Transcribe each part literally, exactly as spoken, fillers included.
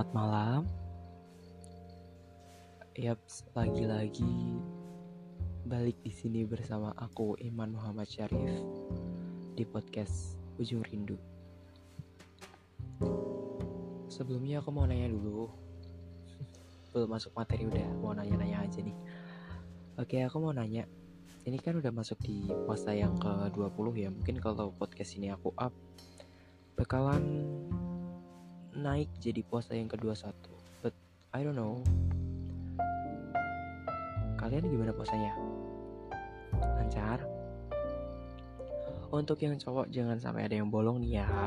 Selamat malam. Yaps, lagi-lagi balik di sini bersama aku Iman Muhammad Syarif di podcast Ujung Rindu. Sebelumnya aku mau nanya dulu. Belum masuk materi udah mau nanya-nanya aja nih. Oke, aku mau nanya. Ini kan udah masuk di puasa yang ke dua puluh ya. Mungkin kalau podcast ini aku up bakalan naik jadi puasa yang ke dua puluh satu. But I don't know. Kalian gimana puasanya? Lancar? Untuk yang cowok jangan sampai ada yang bolong nih ya.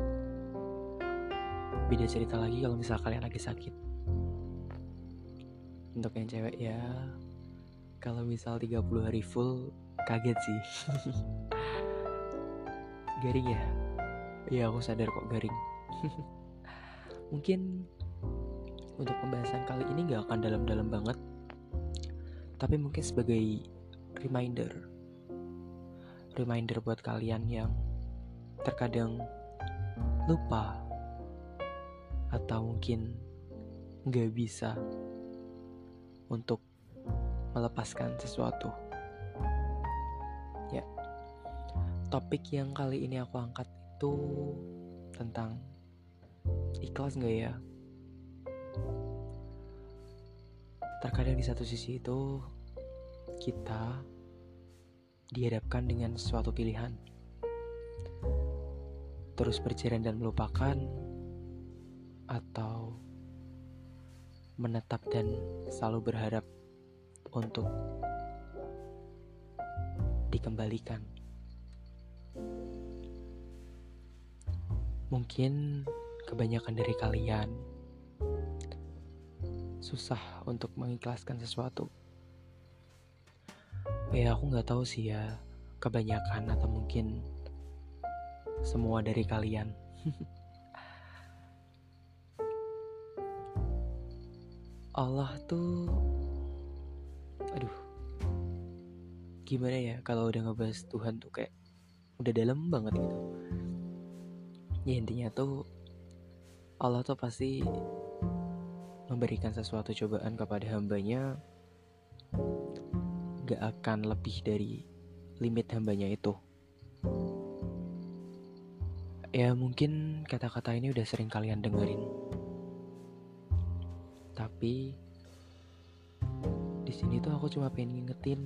Beda cerita lagi kalau misal kalian lagi sakit. Untuk yang cewek ya, kalau misal tiga puluh hari full kaget sih. Garing ya? Iya, aku sadar kok garing. Mungkin untuk pembahasan kali ini gak akan dalam-dalam banget, tapi mungkin sebagai reminder Reminder buat kalian yang terkadang lupa atau mungkin gak bisa untuk melepaskan sesuatu. Ya, topik yang kali ini aku angkat itu tentang ikhlas gak ya? Terkadang di satu sisi itu kita dihadapkan dengan suatu pilihan, terus berjalan dan melupakan, atau menetap dan selalu berharap untuk dikembalikan. Mungkin kebanyakan dari kalian susah untuk mengikhlaskan sesuatu. Ya aku gak tahu sih ya, kebanyakan atau mungkin semua dari kalian. Allah tuh, aduh, gimana ya kalau udah ngebahas Tuhan tuh kayak udah dalam banget gitu. Ya intinya tuh Allah tuh pasti memberikan sesuatu cobaan kepada hambanya, gak akan lebih dari limit hambanya itu. Ya mungkin kata-kata ini udah sering kalian dengerin, tapi di sini tuh aku cuma pengen ngingetin,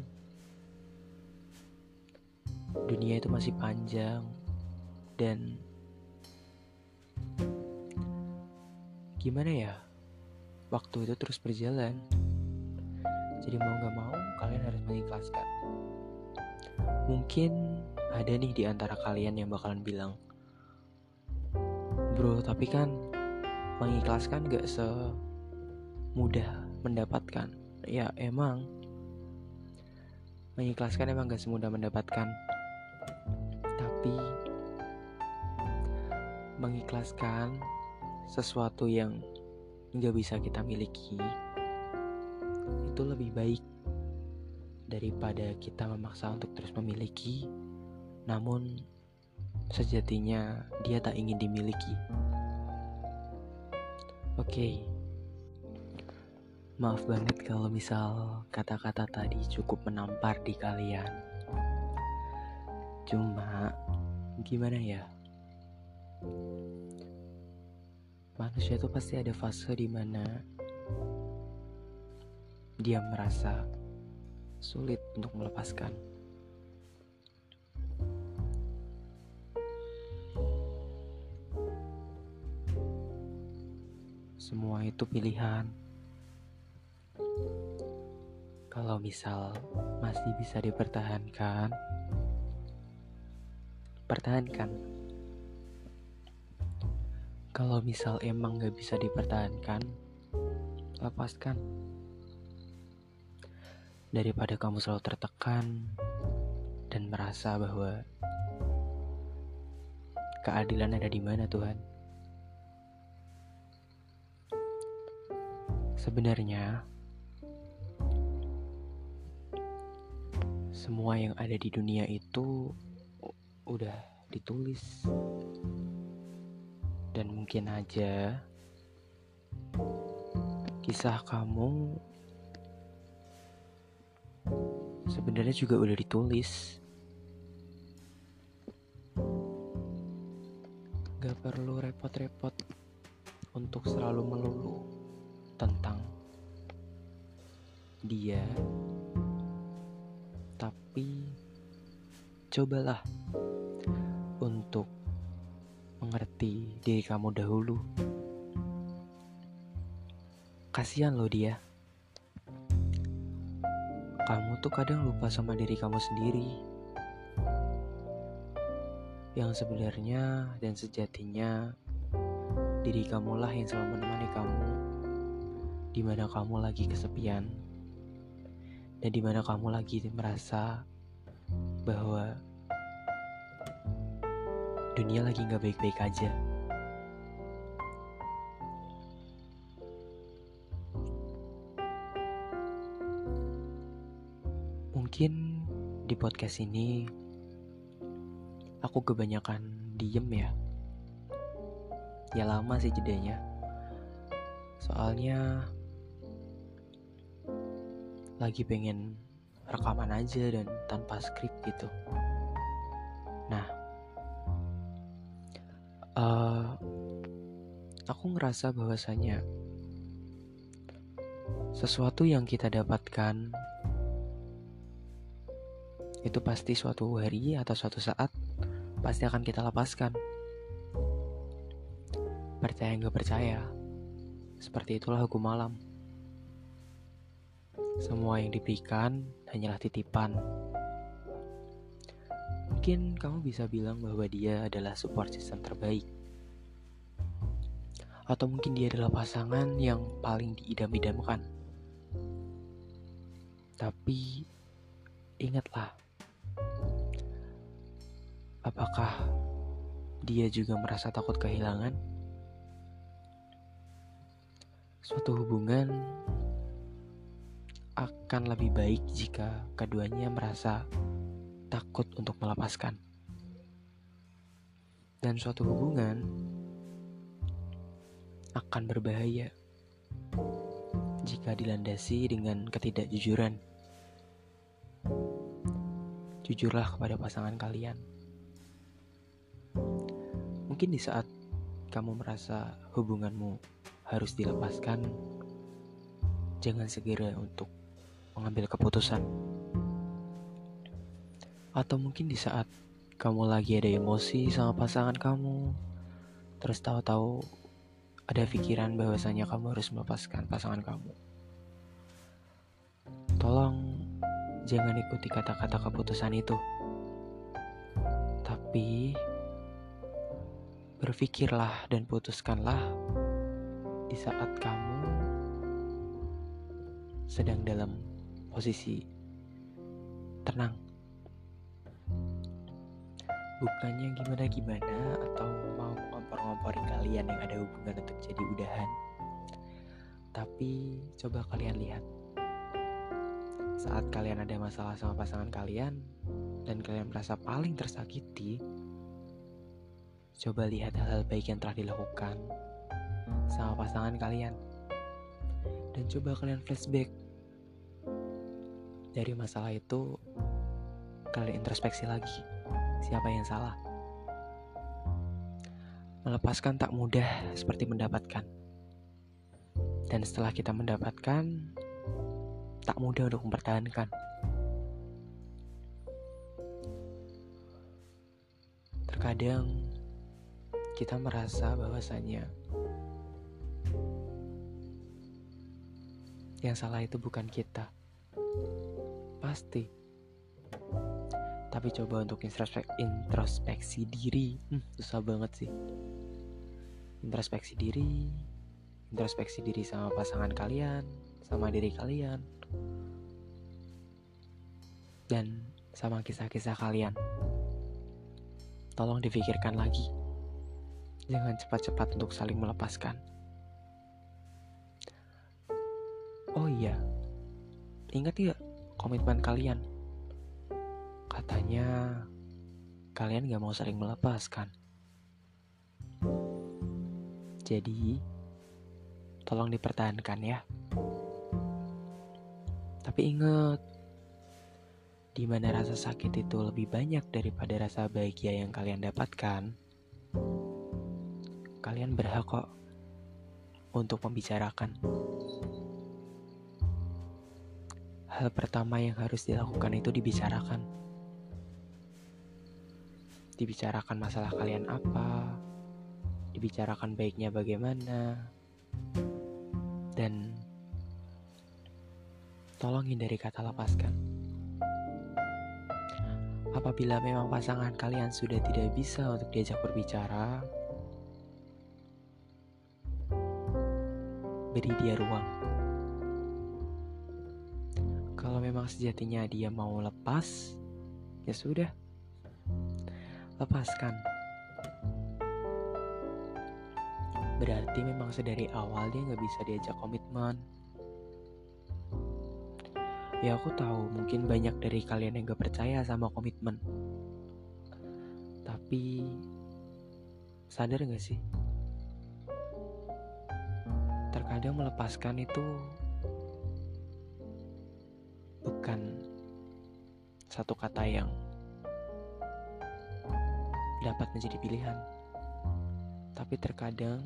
dunia itu masih panjang dan gimana ya, waktu itu terus berjalan. Jadi mau gak mau kalian harus mengikhlaskan. Mungkin ada nih di antara kalian yang bakalan bilang, bro tapi kan mengikhlaskan gak semudah mendapatkan. Ya emang mengikhlaskan emang gak semudah mendapatkan, tapi mengikhlaskan sesuatu yang gak bisa kita miliki itu lebih baik daripada kita memaksa untuk terus memiliki, namun sejatinya dia tak ingin dimiliki. Oke, okay. Maaf banget kalau misal kata-kata tadi cukup menampar di kalian. Cuma gimana ya, manusia itu pasti ada fase dimana dia merasa sulit untuk melepaskan. Semua itu pilihan. Kalau misal masih bisa dipertahankan, pertahankan. Kalau misal emang gak bisa dipertahankan, lepaskan. Daripada kamu selalu tertekan dan merasa bahwa keadilan ada di mana Tuhan. Sebenarnya semua yang ada di dunia itu udah ditulis, dan mungkin aja kisah kamu sebenarnya juga udah ditulis. Gak perlu repot-repot untuk selalu melulu tentang dia, tapi cobalah untuk mengerti diri kamu dahulu. Kasihan loh dia. Kamu tuh kadang lupa sama diri kamu sendiri, yang sebenarnya dan sejatinya diri kamulah yang selalu menemani kamu di mana kamu lagi kesepian dan di mana kamu lagi merasa bahwa dunia lagi gak baik-baik aja. Mungkin di podcast ini aku kebanyakan diem ya. Ya lama sih jedanya. Soalnya lagi pengen rekaman aja dan tanpa skrip gitu. Nah, uh, aku ngerasa bahwasanya sesuatu yang kita dapatkan itu pasti suatu hari atau suatu saat pasti akan kita lepaskan. Percaya gak percaya, seperti itulah hukum alam. Semua yang diberikan hanyalah titipan. Mungkin kamu bisa bilang bahwa dia adalah support system terbaik, atau mungkin dia adalah pasangan yang paling diidam-idamkan. Tapi ingatlah, apakah dia juga merasa takut kehilangan? Suatu hubungan akan lebih baik jika keduanya merasa takut untuk melepaskan. Dan suatu hubungan akan berbahaya jika dilandasi dengan ketidakjujuran. Jujurlah kepada pasangan kalian. Mungkin di saat kamu merasa hubunganmu harus dilepaskan, jangan segera untuk mengambil keputusan. Atau mungkin di saat kamu lagi ada emosi sama pasangan kamu, terus tahu-tahu ada pikiran bahwasanya kamu harus melepaskan pasangan kamu, tolong jangan ikuti kata-kata keputusan itu. Tapi berpikirlah dan putuskanlah di saat kamu sedang dalam posisi tenang. Bukannya gimana-gimana atau mau ngompor-ngomporin kalian yang ada hubungan untuk jadi udahan. Tapi coba kalian lihat, saat kalian ada masalah sama pasangan kalian dan kalian merasa paling tersakiti, coba lihat hal-hal baik yang telah dilakukan sama pasangan kalian. Dan coba kalian flashback dari masalah itu, kalian introspeksi lagi, siapa yang salah. Melepaskan tak mudah seperti mendapatkan. Dan setelah kita mendapatkan, tak mudah untuk mempertahankan. Terkadang kita merasa bahwasanya yang salah itu bukan kita. Pasti. Tapi coba untuk introspek- introspeksi diri. Hmm, susah banget sih. Introspeksi diri. Introspeksi diri sama pasangan kalian, sama diri kalian, dan sama kisah-kisah kalian. Tolong difikirkan lagi. Jangan cepat-cepat untuk saling melepaskan. Oh iya, ingat gak komitmen kalian? Katanya kalian gak mau saling melepaskan. Jadi tolong dipertahankan ya. Tapi ingat, di mana rasa sakit itu lebih banyak daripada rasa bahagia yang kalian dapatkan, kalian berhak kok untuk membicarakan. Hal pertama yang harus dilakukan itu dibicarakan. Dibicarakan masalah kalian apa, dibicarakan baiknya bagaimana, dan tolong hindari kata lepaskan. Apabila memang pasangan kalian sudah tidak bisa untuk diajak berbicara, beri dia ruang. Kalau memang sejatinya dia mau lepas, ya sudah, lepaskan. Berarti memang sedari awal dia gak bisa diajak komitmen. Ya aku tahu mungkin banyak dari kalian yang gak percaya sama komitmen. Tapi sadar gak sih? Terkadang melepaskan itu bukan satu kata yang dapat menjadi pilihan. Tapi terkadang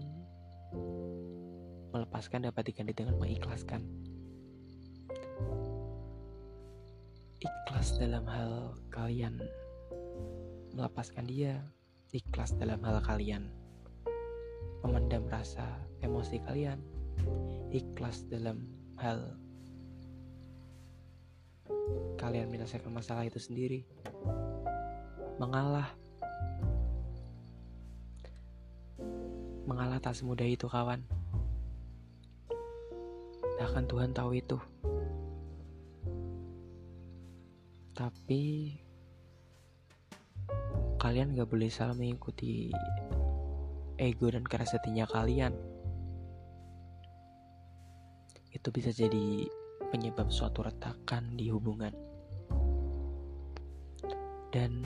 melepaskan dapat diganti dengan mengikhlaskan. Ikhlas dalam hal kalian melepaskan dia, ikhlas dalam hal kalian memendam rasa emosi kalian, ikhlas dalam hal kalian menyelesaikan masalah itu sendiri. Mengalah Mengalah tak semudah itu, kawan. Bahkan Tuhan tahu itu. Tapi kalian gak boleh salah mengikuti ego dan keras hatinya kalian. Itu bisa jadi penyebab suatu retakan di hubungan. Dan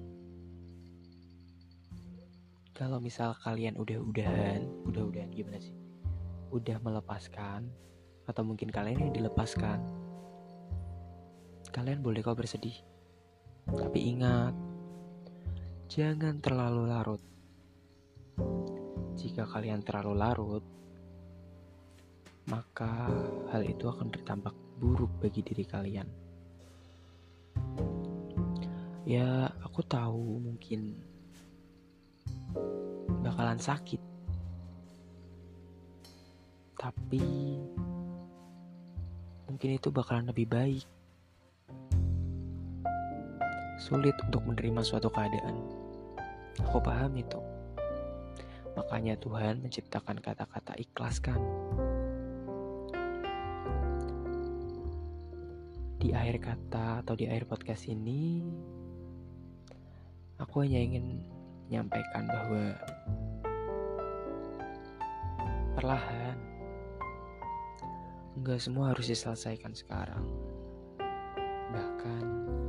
kalau misal kalian udah-udahan, udah-udahan gimana sih? Udah melepaskan, atau mungkin kalian yang dilepaskan, kalian boleh kok bersedih. Tapi ingat, jangan terlalu larut. Jika kalian terlalu larut, maka hal itu akan berdampak buruk bagi diri kalian. Ya, aku tahu mungkin bakalan sakit. Tapi mungkin itu bakalan lebih baik. Sulit untuk menerima suatu keadaan. Aku paham itu. Makanya Tuhan menciptakan kata-kata ikhlaskan. Di akhir kata atau di akhir podcast ini, aku hanya ingin menyampaikan bahwa perlahan, enggak semua harus diselesaikan sekarang. Bahkan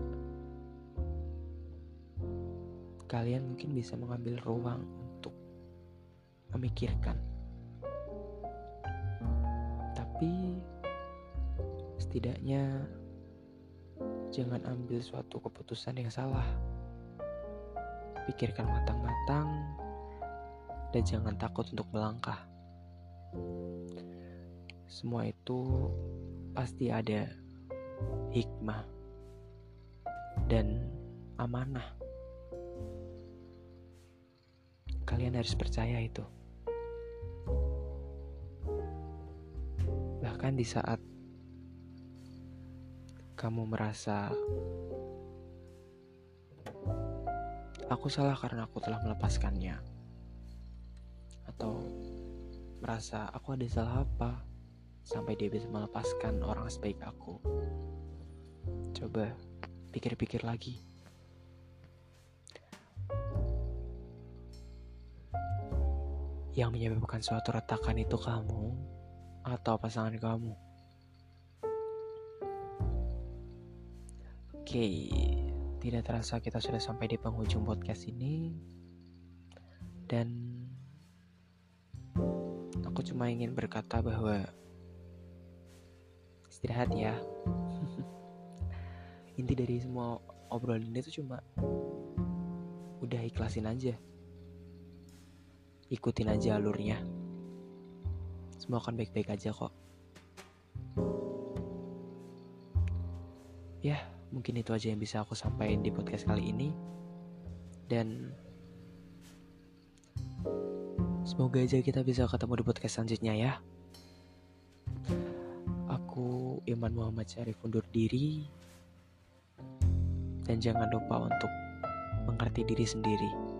kalian mungkin bisa mengambil ruang untuk memikirkan. Tapi setidaknya jangan ambil suatu keputusan yang salah. Pikirkan matang-matang dan jangan takut untuk melangkah. Semua itu pasti ada hikmah dan amanah. Kalian harus percaya itu. Bahkan di saat kamu merasa aku salah karena aku telah melepaskannya, atau merasa aku ada salah apa sampai dia bisa melepaskan orang sebaik aku, coba pikir-pikir lagi. Yang menyebabkan suatu retakan itu kamu atau pasangan kamu? Oke, tidak terasa kita sudah sampai di penghujung podcast ini. Dan aku cuma ingin berkata bahwa istirahat ya. Inti dari semua obrolan ini tuh cuma udah ikhlasin aja, ikutin aja alurnya, semua akan baik-baik aja kok. Ya, mungkin itu aja yang bisa aku sampaikan di podcast kali ini. Dan semoga aja kita bisa ketemu di podcast selanjutnya ya. Aku Iman Muhammad Syarif undur diri. Dan jangan lupa untuk mengerti diri sendiri.